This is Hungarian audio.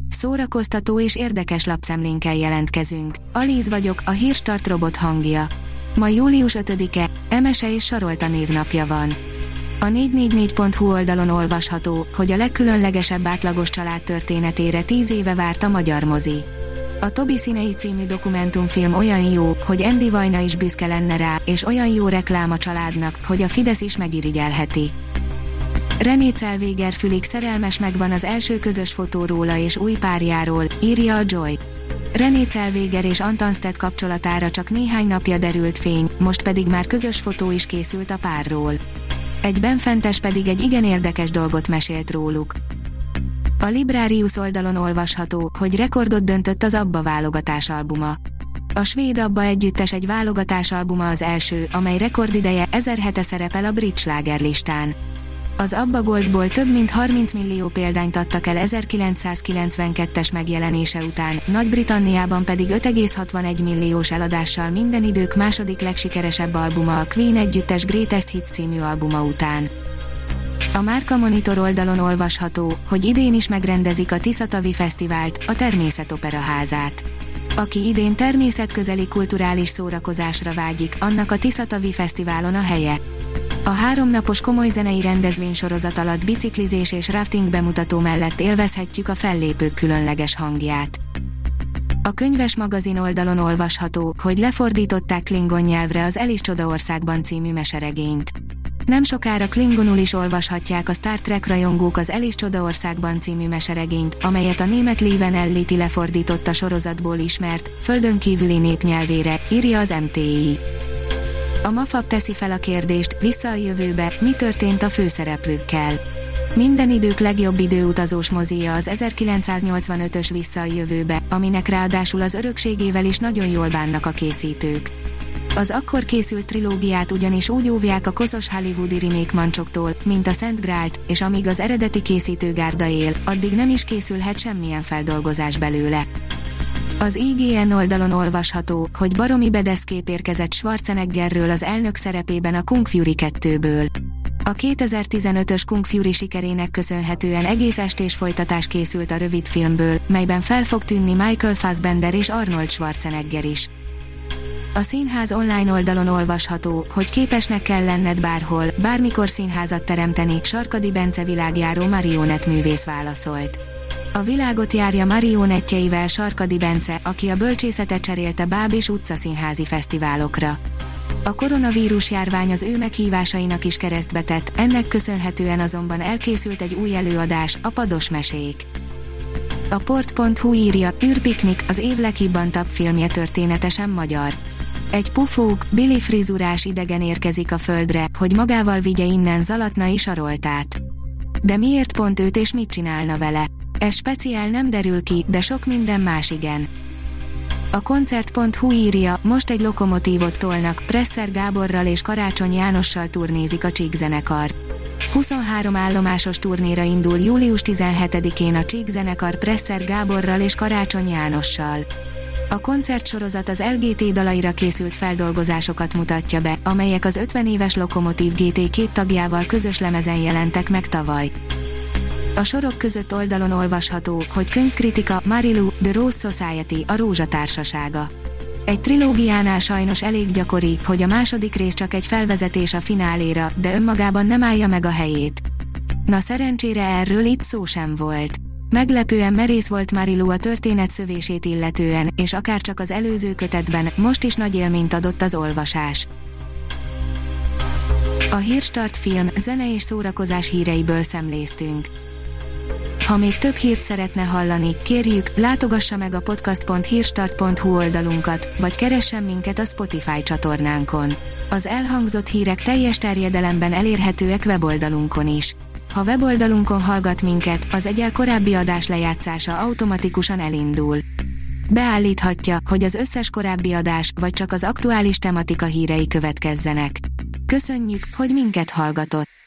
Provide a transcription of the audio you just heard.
Szórakoztató és érdekes lapszemlénkkel jelentkezünk. Alíz vagyok, a Hírstart robot hangja. Ma július 5-e, Emese és Sarolta névnapja van. A 444.hu oldalon olvasható, hogy a legkülönlegesebb átlagos család történetére 10 éve várt a magyar mozi. A Tobi színei című dokumentumfilm olyan jó, hogy Andy Vajna is büszke lenne rá, és olyan jó reklám a családnak, hogy a Fidesz is megirigyelheti. René Zellweger fülig szerelmes, megvan az első közös fotó róla és új párjáról, írja a Joy. René Zellweger és Anton Stett kapcsolatára csak néhány napja derült fény, most pedig már közös fotó is készült a párról. Egy benfentes pedig egy igen érdekes dolgot mesélt róluk. A Librarius oldalon olvasható, hogy rekordot döntött az ABBA válogatásalbuma. A svéd ABBA együttes egy válogatásalbuma az első, amely rekordideje 1000 hete szerepel a brit slágerlistán. Az ABBA Goldból több mint 30 millió példányt adtak el 1992-es megjelenése után, Nagy-Britanniában pedig 5,61 milliós eladással minden idők második legsikeresebb albuma a Queen együttes Greatest Hits című albuma után. A Márka Monitor oldalon olvasható, hogy idén is megrendezik a Tiszatavi Fesztivált, a Természetopera házát. Aki idén természetközeli kulturális szórakozásra vágyik, annak a Tiszatavi Fesztiválon a helye. A 3 napos komoly zenei rendezvénysorozat alatt biciklizés és rafting bemutató mellett élvezhetjük a fellépők különleges hangját. A Könyves Magazin oldalon olvasható, hogy lefordították klingon nyelvre az Alice Csodaországban című meseregényt. Nem sokára klingonul is olvashatják a Star Trek rajongók az Alice Csodaországban című meseregényt, amelyet a német Lieven Elliti lefordított a sorozatból ismert, földön kívüli népnyelvére, írja az MTI. A Mafab teszi fel a kérdést, vissza a jövőbe, mi történt a főszereplőkkel. Minden idők legjobb időutazós mozija az 1985-ös Vissza a jövőbe, aminek ráadásul az örökségével is nagyon jól bánnak a készítők. Az akkor készült trilógiát ugyanis úgy óvják a koszos hollywoodi remake mancsoktól, mint a Szent Grált, és amíg az eredeti készítőgárda él, addig nem is készülhet semmilyen feldolgozás belőle. Az IGN oldalon olvasható, hogy baromi bedeszkép érkezett Schwarzeneggerről az elnök szerepében a Kung Fury 2-ből. A 2015-ös Kung Fury sikerének köszönhetően egész estés folytatás készült a rövidfilmből, melyben fel fog tűnni Michael Fassbender és Arnold Schwarzenegger is. A színház online oldalon olvasható, hogy képesnek kell lenned bárhol, bármikor színházat teremteni, Sarkady Bence világjáró marionett művész válaszolt. A világot járja marionettjeivel Sarkady Bence, aki a bölcsészetet cserélte báb és utcaszínházi fesztiválokra. A koronavírus járvány az ő meghívásainak is keresztbe tett, ennek köszönhetően azonban elkészült egy új előadás, a Pados mesék. A port.hu írja, űrpiknik, az év leghibbantabb filmje történetesen magyar. Egy pufók, Billy frizurás idegen érkezik a földre, hogy magával vigye innen Zalatnai Saroltát. De miért pont őt és mit csinálna vele? Ez speciál nem derül ki, de sok minden más igen. A koncert.hu írja, most egy lokomotívot tolnak, Presser Gáborral és Karácsony Jánossal turnézik a Csík zenekar. 23 állomásos turnéra indul július 17-én a Csík zenekar Presser Gáborral és Karácsony Jánossal. A koncertsorozat az LGT dalaira készült feldolgozásokat mutatja be, amelyek az 50 éves Lokomotív GT 2 tagjával közös lemezen jelentek meg tavaly. A sorok között oldalon olvasható, hogy könyvkritika, Marilu, The Rose Society, a Rózsa Társasága. Egy trilógiánál sajnos elég gyakori, hogy a második rész csak egy felvezetés a fináléra, de önmagában nem állja meg a helyét. Na szerencsére erről itt szó sem volt. Meglepően merész volt Marilu a történet szövését illetően, és akárcsak az előző kötetben, most is nagy élményt adott az olvasás. A Hírstart film, zene és szórakozás híreiből szemléztünk. Ha még több hírt szeretne hallani, kérjük, látogassa meg a podcast.hírstart.hu oldalunkat, vagy keressen minket a Spotify csatornánkon. Az elhangzott hírek teljes terjedelemben elérhetőek weboldalunkon is. Ha weboldalunkon hallgat minket, az egyel korábbi adás lejátszása automatikusan elindul. Beállíthatja, hogy az összes korábbi adás, vagy csak az aktuális tematika hírei következzenek. Köszönjük, hogy minket hallgatott!